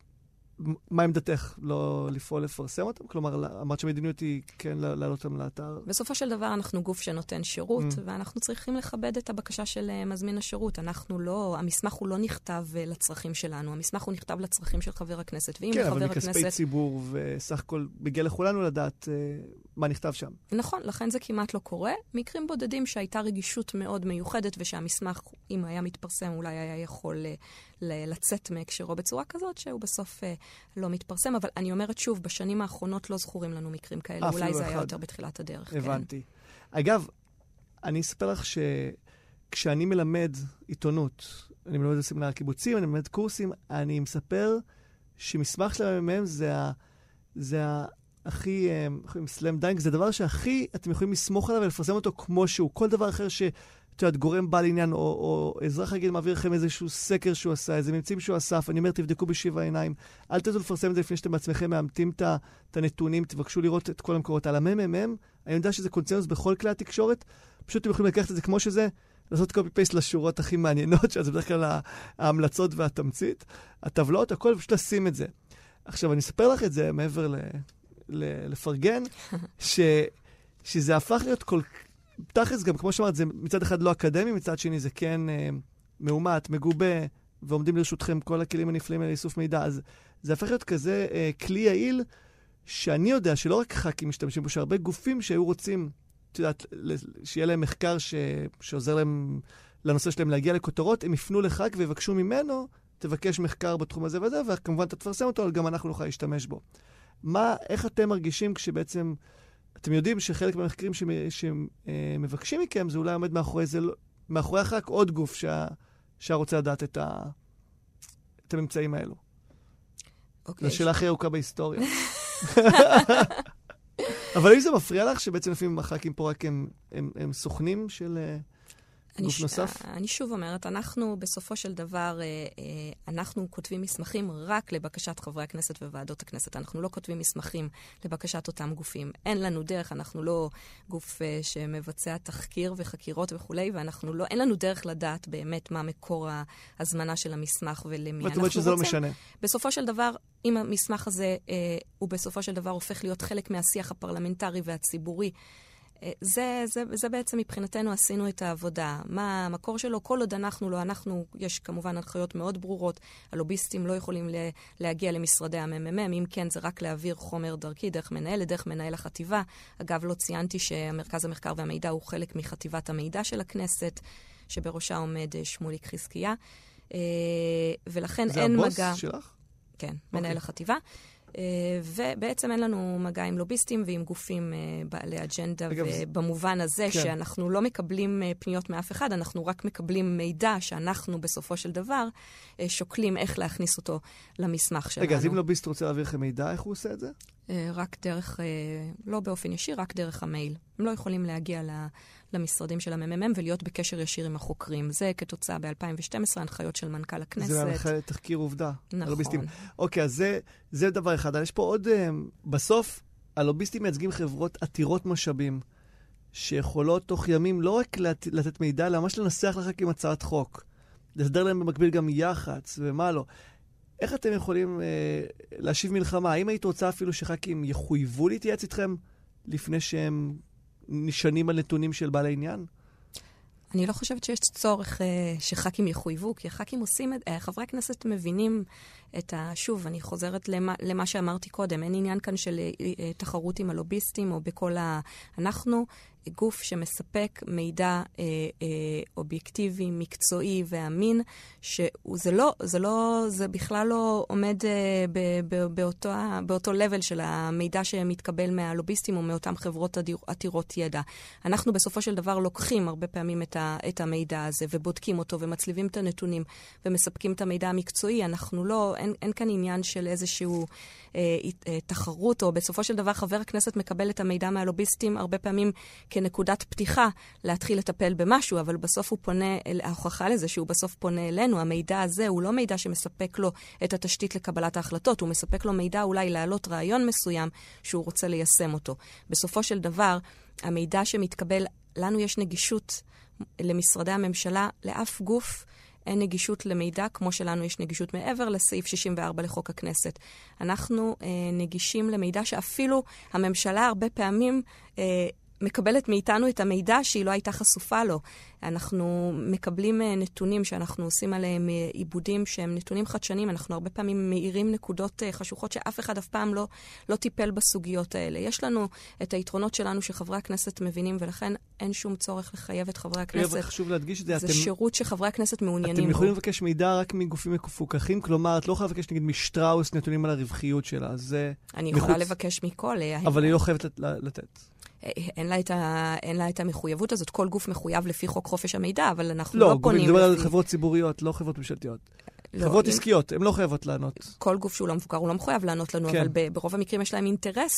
מה עמדתך? לא לפעול לפרסם אותם? כלומר, אמרת שהמדיניות היא כן להעלות אותם לאתר? בסופו של דבר אנחנו גוף שנותן שירות, mm. ואנחנו צריכים לכבד את הבקשה של מזמין השירות. אנחנו לא, המסמך הוא לא נכתב לצרכים שלנו, המסמך הוא נכתב לצרכים של חבר הכנסת. ואם כן, חבר אבל מכספי הכנסת... ציבור, וסך הכל מגיע לכולנו לדעת uh, מה נכתב שם. נכון, לכן זה כמעט לא קורה. מקרים בודדים שהייתה רגישות מאוד מיוחדת, ושהמסמך, אם היה מתפרסם, אולי היה יכול ל- לצאת מהקשרו בצורה כזאת, שהוא בסוף uh, לא מתפרסם. אבל אני אומרת שוב, בשנים האחרונות לא זכורים לנו מקרים כאלה. אולי זה אחד. היה יותר בתחילת הדרך. הבנתי. כן. אגב, אני אספר לך שכשאני מלמד עיתונות, אני מלמד בסמינר הקיבוצים, אני מלמד קורסים, אני מספר שמסמך של הממ"מ זה ה... זה ה... הכי, סלאם דיינג, זה הדבר שהכי אתם יכולים לסמוך עליו ולפרסם אותו כמו שהוא. כל דבר אחר ש... את יודעת, גורם בעל עניין, או, או אזרח רגיל מעביר לכם איזשהו סקר שהוא עשה, איזה ממצאים שהוא אסף, אני אומר, תבדקו בשבע עיניים, אל תדעו לפרסם את זה לפני שאתם בעצמכם מאמתים את הנתונים, תבקשו לראות את כל המקורות. על הממ"מ, אני יודע שזה קונצנזוס בכל כלי התקשורת, פשוט אתם יכולים לקחת את זה כמו שזה, לעשות קופי-פייסט לשורות הכי מעניינות, שזה בדרך כלל ההמלצות והתמצית, הטבלאות, הכל, פשוט לשים את זה. עכשיו, אני אספר לך את זה מעבר ל, ל, לפרגן, ש, שזה הפך להיות כל תכלס גם, כמו שאמרת, זה מצד אחד לא אקדמי, מצד שני זה כן אה, מאומת, מגובה, ועומדים לרשותכם כל הכלים הנפלאים על איסוף מידע. אז זה הפך להיות כזה אה, כלי יעיל, שאני יודע שלא רק ח"כים משתמשים בו, שהרבה גופים שהיו רוצים, את יודעת, שיהיה להם מחקר ש... שעוזר להם לנושא שלהם להגיע לכותרות, הם יפנו לח"כ ויבקשו ממנו, תבקש מחקר בתחום הזה וזה, וכמובן אתה תפרסם אותו, אבל גם אנחנו נוכל להשתמש בו. מה, איך אתם מרגישים כשבעצם... אתם יודעים שחלק מהמחקרים שמבקשים מכם, זה אולי עומד מאחורי זה, מאחורי הח"כ עוד גוף שרוצה לדעת את, ה, את הממצאים האלו. זו שאלה הכי ארוכה בהיסטוריה. אבל אם זה מפריע לך, שבעצם לפעמים הח"כים פה רק הם, הם, הם סוכנים של גוף נוסף? אני שוב אומרת, אנחנו בסופו של דבר, אנחנו כותבים מסמכים רק לבקשת חברי הכנסת וועדות הכנסת. אנחנו לא כותבים מסמכים לבקשת אותם גופים. אין לנו דרך, אנחנו לא גוף שמבצע תחקיר וחקירות וכולי, ואנחנו לא, אין לנו דרך לדעת באמת מה מקור ההזמנה של המסמך ולמי אנחנו רוצים. ואת אומרת שזה לא משנה. בסופו של דבר, אם המסמך הזה הוא בסופו של דבר הופך להיות חלק מהשיח הפרלמנטרי והציבורי, זה, זה, זה בעצם מבחינתנו עשינו את העבודה. מה המקור שלו? כל עוד אנחנו לא, אנחנו, יש כמובן הנחיות מאוד ברורות, הלוביסטים לא יכולים לה, להגיע למשרדי הממ"מ, אם כן זה רק להעביר חומר דרכי, דרך מנהל, דרך מנהל החטיבה. אגב, לא ציינתי שהמרכז המחקר והמידע הוא חלק מחטיבת המידע של הכנסת, שבראשה עומד שמוליק חזקיה, ולכן אין מגע... זה הבוס שלך? כן, מנהל החטיבה. ובעצם אין לנו מגע עם לוביסטים ועם גופים בעלי אג'נדה, ובמובן הזה שאנחנו לא מקבלים פניות מאף אחד, אנחנו רק מקבלים מידע שאנחנו בסופו של דבר שוקלים איך להכניס אותו למסמך שלנו. רגע, אז אם לוביסט רוצה להעביר לכם מידע, איך הוא עושה את זה? רק דרך, לא באופן ישיר, רק דרך המייל. הם לא יכולים להגיע למשרדים של הממ"מ ולהיות בקשר ישיר עם החוקרים. זה כתוצאה ב-אלפיים ושתים עשרה, הנחיות של מנכ"ל הכנסת. זה הנחיה תחקיר עובדה. נכון. הלוביסטים. אוקיי, אז זה, זה דבר אחד. יש פה עוד, בסוף, הלוביסטים מייצגים חברות עתירות משאבים, שיכולות תוך ימים לא רק לת, לתת מידע, אלא ממש לנסח לך עם הצעת חוק. לסדר להם במקביל גם יח"צ ומה לא. איך אתם יכולים אה, להשיב מלחמה? האם היית רוצה אפילו שח"כים יחויבו להתייעץ איתכם לפני שהם נשענים על נתונים של בעלי עניין? אני לא חושבת שיש צורך uh, שח"כים יחויבו, כי הח"כים עושים, uh, חברי הכנסת מבינים את ה... שוב, אני חוזרת למה, למה שאמרתי קודם, אין עניין כאן של uh, תחרות עם הלוביסטים או בכל ה... אנחנו גוף שמספק מידע uh, uh, אובייקטיבי, מקצועי ואמין, שזה לא, זה לא, זה בכלל לא עומד uh, ב, ב, באותו, באותו level של המידע שמתקבל מהלוביסטים או מאותם חברות עתירות ידע. אנחנו בסופו של דבר לוקחים הרבה פעמים את ה... את המידע הזה, ובודקים אותו, ומצליבים את הנתונים, ומספקים את המידע המקצועי. אנחנו לא, אין, אין כאן עניין של איזשהו אה, אה, תחרות, או בסופו של דבר חבר הכנסת מקבל את המידע מהלוביסטים הרבה פעמים כנקודת פתיחה להתחיל לטפל במשהו, אבל בסוף הוא פונה, ההוכחה לזה שהוא בסוף פונה אלינו. המידע הזה הוא לא מידע שמספק לו את התשתית לקבלת ההחלטות, הוא מספק לו מידע אולי להעלות רעיון מסוים שהוא רוצה ליישם אותו. בסופו של דבר, המידע שמתקבל, לנו יש נגישות למשרדי הממשלה, לאף גוף אין נגישות למידע, כמו שלנו יש נגישות מעבר לסעיף שישים וארבע לחוק הכנסת. אנחנו אה, נגישים למידע שאפילו הממשלה הרבה פעמים אה, מקבלת מאיתנו את המידע שהיא לא הייתה חשופה לו. אנחנו מקבלים נתונים שאנחנו עושים עליהם עיבודים שהם נתונים חדשנים, אנחנו הרבה פעמים מאירים נקודות חשוכות שאף אחד אף פעם לא, לא טיפל בסוגיות האלה. יש לנו את היתרונות שלנו שחברי הכנסת מבינים, ולכן אין שום צורך לחייב את חברי הכנסת. חשוב להדגיש את זה. זה אתם, שירות שחברי הכנסת מעוניינים בו. אתם יכולים לבקש מידע רק מגופים מפוקחים, כלומר, את לא יכולה לבקש נגיד משטראוס נתונים על הרווחיות שלה. זה אני מחוץ... יכולה לבקש מכל. אבל היא לא חייבת לתת. אין לה, את ה, אין לה את המחויבות הזאת. כל גוף מחויב לפי חוק חופש המידע, אבל אנחנו לא, לא פונים... לא, מדבר לפי... על חברות ציבוריות, לא חברות ממשלתיות. לא, חברות אם... עסקיות, הן לא חייבות לענות. כל גוף שהוא לא מבוקר, הוא לא מחויב לענות לנו, כן. אבל ב- ברוב המקרים יש להם אינטרס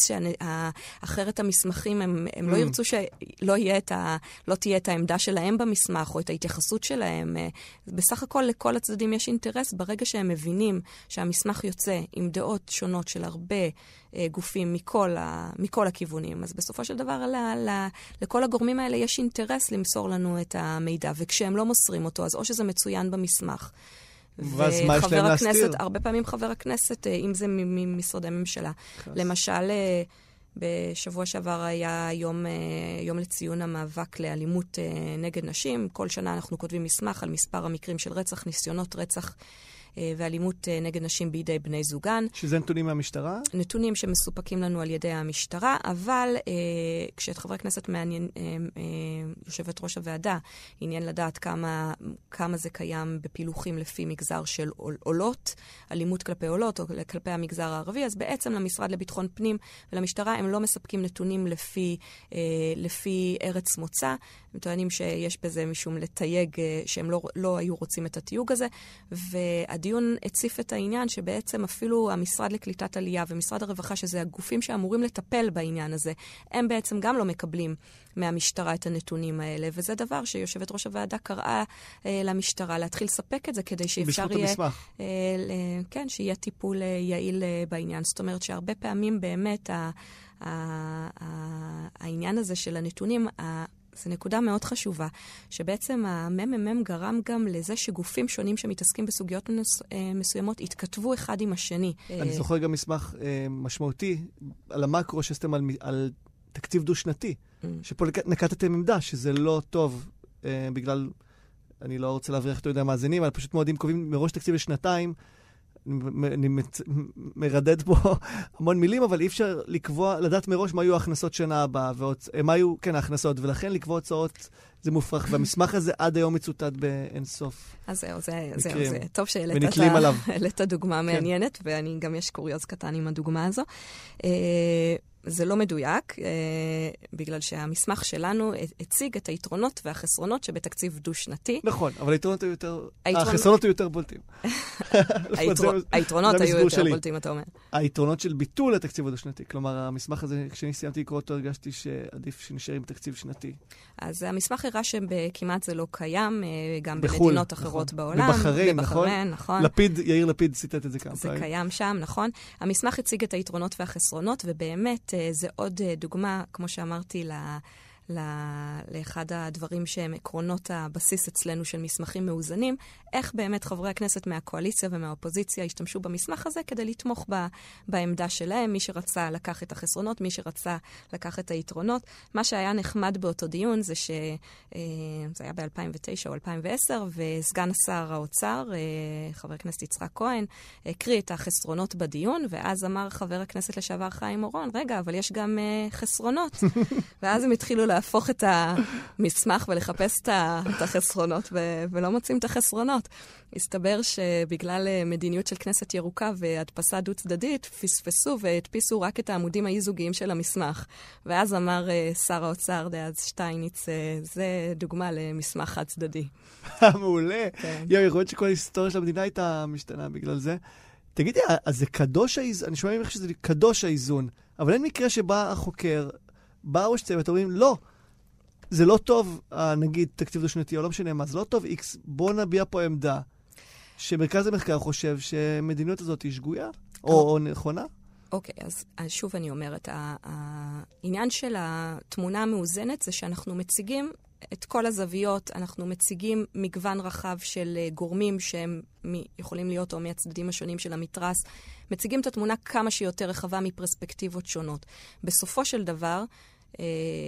שאחרת המסמכים, הם, הם mm. לא ירצו שלא יהיה את ה, לא תהיה את העמדה שלהם במסמך, או את ההתייחסות שלהם. בסך הכל לכל הצדדים יש אינטרס, ברגע שהם מבינים שהמסמך יוצא עם דעות שונות של הרבה גופים מכל, ה, מכל הכיוונים, אז בסופו של דבר ל, ל, לכל הגורמים האלה יש אינטרס למסור לנו את המידע, וכשהם לא מוסרים אותו, אז או שזה מצוין במסמך, וחבר הכנסת, הרבה פעמים חבר הכנסת, אם זה ממשרדי ממשלה. למשל, בשבוע שעבר היה יום, יום לציון המאבק לאלימות נגד נשים. כל שנה אנחנו כותבים מסמך על מספר המקרים של רצח, ניסיונות רצח ואלימות נגד נשים בידי בני זוגן. שזה נתונים מהמשטרה? נתונים שמסופקים לנו על ידי המשטרה, אבל אה, כשאת חברי הכנסת מעניין, אה, אה, יושבת ראש הוועדה, עניין לדעת כמה, כמה זה קיים בפילוחים לפי מגזר של עולות, אלימות כלפי עולות או כלפי המגזר הערבי, אז בעצם למשרד לביטחון פנים ולמשטרה הם לא מספקים נתונים לפי, אה, לפי ארץ מוצא. הם טוענים שיש בזה משום לתייג אה, שהם לא, לא היו רוצים את התיוג הזה, והדיון הדיון הציף את העניין שבעצם אפילו המשרד לקליטת עלייה ומשרד הרווחה, שזה הגופים שאמורים לטפל בעניין הזה, הם בעצם גם לא מקבלים מהמשטרה את הנתונים האלה, וזה דבר שיושבת ראש הוועדה קראה אה, למשטרה להתחיל לספק את זה, כדי שאפשר יהיה, אה, ל- כן, שיהיה טיפול אה, יעיל אה, בעניין. זאת אומרת שהרבה פעמים באמת ה- ה- ה- העניין הזה של הנתונים, ה- זו נקודה מאוד חשובה, שבעצם הממ"מ גרם גם לזה שגופים שונים שמתעסקים בסוגיות מסוימות התכתבו אחד עם השני. אני זוכר גם מסמך משמעותי על המקרו שעשיתם על, על תקציב דו-שנתי, mm. שפה נקטתם עמדה, שזה לא טוב, אה, בגלל, אני לא רוצה להבריח אותו יודע מאזינים, אבל פשוט מאוד אם קובעים מראש תקציב לשנתיים, אני מרדד פה המון מילים, אבל אי אפשר לקבוע, לדעת מראש מה היו ההכנסות שנה הבאה, מה היו, כן, ההכנסות, ולכן לקבוע הוצאות זה מופרך, והמסמך הזה עד היום מצוטט באין סוף. אז זהו, זה, זהו, זה טוב שהעלית את הדוגמה המעניינת, ואני גם יש קוריוז קטן עם הדוגמה הזו. זה לא מדויק, אה, בגלל שהמסמך שלנו הציג את היתרונות והחסרונות שבתקציב דו-שנתי. נכון, אבל היתרונות היו יותר... היתרון... החסרונות היו יותר בולטים. היתר... היתרונות היו יותר שלי. בולטים, אתה אומר. היתרונות של ביטול התקציב הדו-שנתי. כלומר, המסמך הזה, כשאני סיימתי לקרוא אותו, הרגשתי שעדיף שנשאר עם תקציב שנתי. אז המסמך הראה שכמעט זה לא קיים, גם בחול, במדינות אחרות נכון. בעולם. בבחריין, נכון? נכון. לפיד, יאיר לפיד ציטט את זה כמה פעמים. זה קיים שם, נכון. המסמך הציג את היתרונות והחסרונות, ובאמת זה עוד דוגמה, כמו שאמרתי, ל... לאחד הדברים שהם עקרונות הבסיס אצלנו של מסמכים מאוזנים, איך באמת חברי הכנסת מהקואליציה ומהאופוזיציה השתמשו במסמך הזה כדי לתמוך ב, בעמדה שלהם, מי שרצה לקח את החסרונות, מי שרצה לקח את היתרונות. מה שהיה נחמד באותו דיון זה ש... זה היה ב-אלפיים ותשע או אלפיים ועשר, וסגן שר האוצר, חבר הכנסת יצחק כהן, הקריא את החסרונות בדיון, ואז אמר חבר הכנסת לשעבר חיים אורון, רגע, אבל יש גם חסרונות. ואז הם התחילו להפוך את המסמך ולחפש את החסרונות, ולא מוצאים את החסרונות. הסתבר שבגלל מדיניות של כנסת ירוקה והדפסה דו-צדדית, פספסו והדפיסו רק את העמודים האי-זוגיים של המסמך. ואז אמר שר האוצר דאז שטייניץ, זה דוגמה למסמך חד-צדדי. מעולה. יו, יכול להיות שכל ההיסטוריה של המדינה הייתה משתנה בגלל זה. תגידי, אז זה קדוש האיזון, אני שומע ממך שזה קדוש האיזון, אבל אין מקרה שבא החוקר, בא ראש צוות, אומרים, לא, זה לא טוב, נגיד, תקציב דו-שנתי, או לא משנה מה, זה לא טוב, איקס, בוא נביע פה עמדה, שמרכז המחקר חושב שמדיניות הזאת היא שגויה, או נכונה? אוקיי, אז שוב אני אומרת, העניין של התמונה המאוזנת זה שאנחנו מציגים את כל הזוויות, אנחנו מציגים מגוון רחב של גורמים שהם יכולים להיות או מהצדדים השונים של המתרס, מציגים את התמונה כמה שיותר רחבה מפרספקטיבות שונות. בסופו של דבר, אה,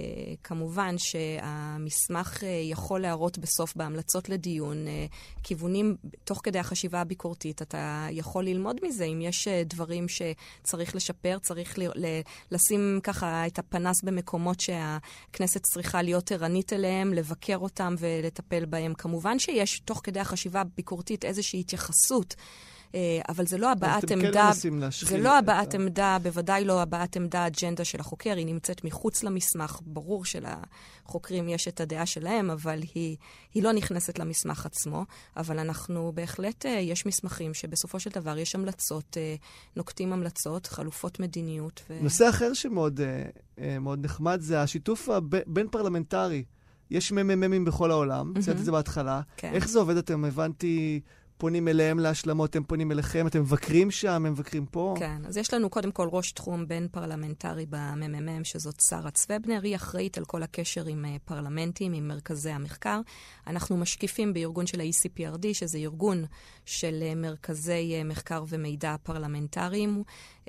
כמובן שהמסמך אה, יכול להראות בסוף בהמלצות לדיון, אה, כיוונים תוך כדי החשיבה הביקורתית. אתה יכול ללמוד מזה, אם יש אה, דברים שצריך לשפר, צריך ל- ל- לשים ככה את הפנס במקומות שהכנסת צריכה להיות ערנית אליהם, לבקר אותם ולטפל בהם. כמובן שיש תוך כדי החשיבה הביקורתית איזושהי התייחסות, אבל זה לא הבעת עמדה, זה לא הבעת עמדה, בוודאי לא הבעת עמדה אג'נדה של החוקר, היא נמצאת מחוץ למסמך, ברור שלחוקרים יש את הדעה שלהם, אבל היא, היא לא נכנסת למסמך עצמו, אבל אנחנו בהחלט, יש מסמכים שבסופו של דבר יש המלצות, נוקטים המלצות, חלופות מדיניות. ו... נושא אחר שמאוד מאוד נחמד זה השיתוף הבין פרלמנטרי. יש מממים בכל העולם, ציינת את זה בהתחלה. איך זה עובד? אתם הבנתי... פונים אליהם להשלמות, הם פונים אליכם, אתם מבקרים שם, הם מבקרים פה? כן, אז יש לנו קודם כל ראש תחום בין פרלמנטרי ב-ממ"מ, שזאת שרה צוובנר, היא אחראית על כל הקשר עם פרלמנטים, עם מרכזי המחקר. אנחנו משקיפים בארגון של ה-E C P R D, שזה ארגון של מרכזי מחקר ומידע פרלמנטריים.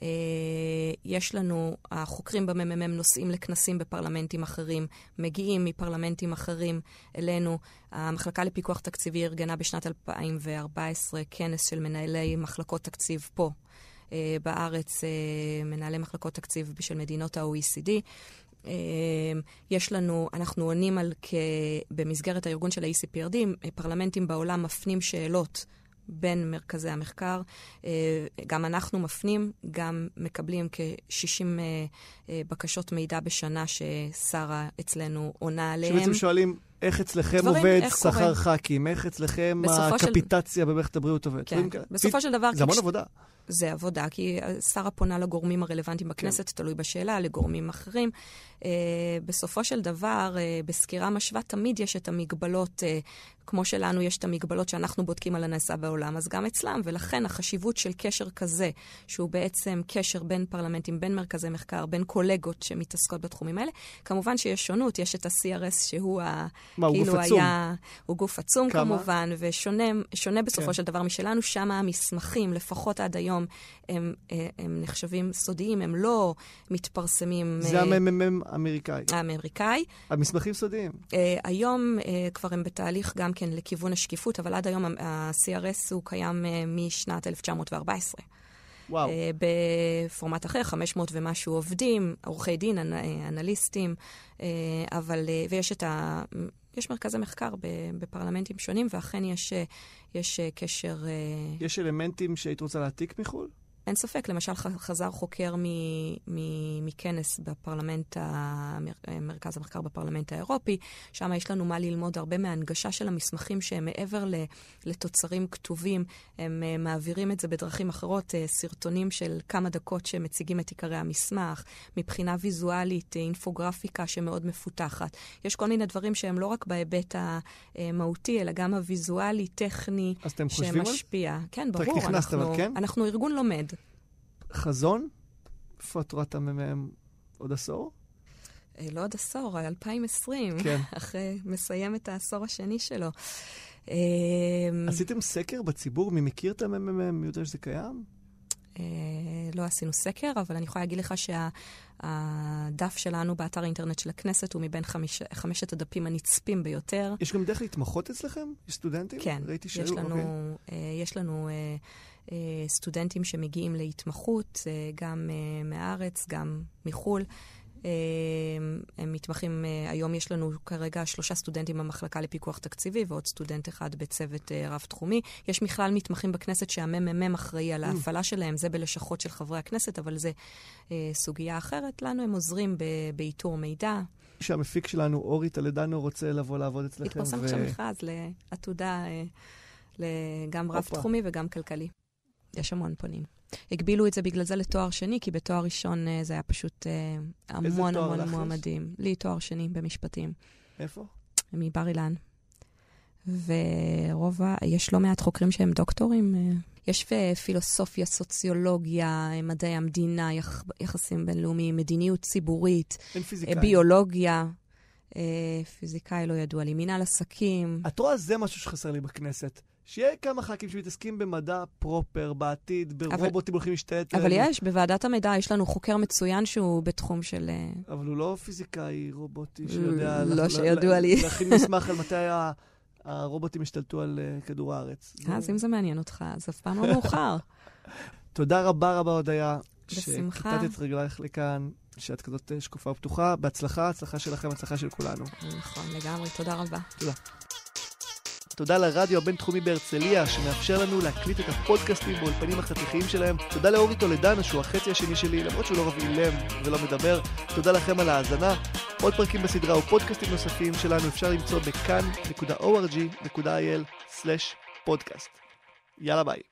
יש לנו, החוקרים ב-ממ"מ נוסעים לכנסים בפרלמנטים אחרים, מגיעים מפרלמנטים אחרים אלינו. המחלקה לפיקוח תקציבי ארגנה בשנת אלפיים וארבע עשרה כנס של מנהלי מחלקות תקציב פה בארץ, מנהלי מחלקות תקציב של מדינות ה-O E C D. יש לנו, אנחנו עונים על, במסגרת הארגון של ה-E C P R D, פרלמנטים בעולם מפנים שאלות בין מרכזי המחקר. גם אנחנו מפנים, גם מקבלים כ-שישים בקשות מידע בשנה ששרה אצלנו עונה עליהם. שבעצם שואלים איך אצלכם עובד שכר ח"כים, איך אצלכם הקפיטציה במערכת הבריאות עובד. כן, בסופו של דבר... זה המון עבודה. זה עבודה, כי שרה פונה לגורמים הרלוונטיים בכנסת, כן. תלוי בשאלה, לגורמים אחרים. Uh, בסופו של דבר, uh, בסקירה משווה, תמיד יש את המגבלות, uh, כמו שלנו יש את המגבלות שאנחנו בודקים על הנעשה בעולם, אז גם אצלם, ולכן החשיבות של קשר כזה, שהוא בעצם קשר בין פרלמנטים, בין מרכזי מחקר, בין קולגות שמתעסקות בתחומים האלה. כמובן שיש שונות, יש את ה-סי אר אס שהוא ה... מה, הוא כאילו גוף עצום? היה, הוא גוף עצום כמה? כמובן, ושונה שונה בסופו כן. של דבר משלנו. שם המסמכים, לפחות עד היום, הם, הם נחשבים סודיים, הם לא מתפרסמים... זה הממ"מ האמריקאי. האמריקאי. המסמכים סודיים. Uh, היום uh, כבר הם בתהליך גם כן לכיוון השקיפות, אבל עד היום ה-סי אר אס הוא קיים uh, משנת אלף תשע מאות וארבע עשרה. וואו. Uh, בפורמט אחר, חמש מאות ומשהו עובדים, עורכי דין, אנ- אנליסטים, uh, אבל, uh, ויש את ה... יש מרכזי מחקר בפרלמנטים שונים, ואכן יש, יש קשר... יש אלמנטים שהיית רוצה להעתיק מחול? אין ספק, למשל חזר חוקר מכנס בפרלמנט, מרכז המחקר בפרלמנט האירופי, שם יש לנו מה ללמוד הרבה מההנגשה של המסמכים שהם מעבר לתוצרים כתובים, הם מעבירים את זה בדרכים אחרות, סרטונים של כמה דקות שמציגים את עיקרי המסמך, מבחינה ויזואלית, אינפוגרפיקה שמאוד מפותחת. יש כל מיני דברים שהם לא רק בהיבט המהותי, אלא גם הוויזואלי, טכני, שמשפיע. כן, ברור, אנחנו, כן? אנחנו ארגון לומד. חזון? איפה את רואה את הממ"מ עוד עשור? לא עוד עשור, אלפיים ועשרים. כן. אחרי, מסיים את העשור השני שלו. עשיתם סקר בציבור? מי מכיר את הממ"מ? מי יודע שזה קיים? לא עשינו סקר, אבל אני יכולה להגיד לך שהדף שלנו באתר האינטרנט של הכנסת הוא מבין חמיש, חמשת הדפים הנצפים ביותר. יש גם דרך להתמחות אצלכם? יש סטודנטים? כן. ראיתי שהיו, יש לנו, אוקיי. יש לנו סטודנטים שמגיעים להתמחות, גם מהארץ, גם מחול. הם מתמחים, היום יש לנו כרגע שלושה סטודנטים במחלקה לפיקוח תקציבי, ועוד סטודנט אחד בצוות רב-תחומי. יש מכלל מתמחים בכנסת שהממ"מ אחראי על ההפעלה שלהם, זה בלשכות של חברי הכנסת, אבל זה סוגיה אחרת. לנו הם עוזרים באיתור מידע. שהמפיק שלנו, אורי טולדנו, רוצה לבוא לעבוד אצלכם. התפרסם עכשיו מכרז לעתודה, גם רב-תחומי וגם כלכלי. יש המון פונים. הגבילו את זה בגלל זה לתואר שני, כי בתואר ראשון זה היה פשוט המון המון מועמדים. לי תואר שני במשפטים. איפה? מבר אילן. ורוב, יש לא מעט חוקרים שהם דוקטורים. יש פילוסופיה, סוציולוגיה, מדעי המדינה, יח, יחסים בינלאומיים, מדיניות ציבורית, ביולוגיה. פיזיקאי לא ידוע לי, מינהל עסקים. את רואה, זה משהו שחסר לי בכנסת. שיהיה כמה ח"כים שמתעסקים במדע פרופר, בעתיד, ברובוטים הולכים להשתלט. אבל יש, בוועדת המידע יש לנו חוקר מצוין שהוא בתחום של... אבל הוא לא פיזיקאי רובוטי שיודע... לא שידוע לי. להכין מסמך על מתי הרובוטים השתלטו על כדור הארץ. אז אם זה מעניין אותך, אז אף פעם לא מאוחר. תודה רבה רבה הודיה. בשמחה. שכיתת את רגלייך לכאן, שאת כזאת שקופה ופתוחה. בהצלחה, הצלחה שלכם, הצלחה של כולנו. נכון, לגמרי. תודה רבה. תודה. תודה לרדיו הבינתחומי בהרצליה, שמאפשר לנו להקליט את הפודקאסטים באולפנים החתיכיים שלהם. תודה לאורי טולדנו, שהוא החצי השני שלי, למרות שהוא לא רב אילם ולא מדבר. תודה לכם על ההאזנה. עוד פרקים בסדרה ופודקאסטים נוספים שלנו אפשר למצוא בכאן נקודה או אר ג'י נקודה איי אל סלש פודקאסט. יאללה ביי.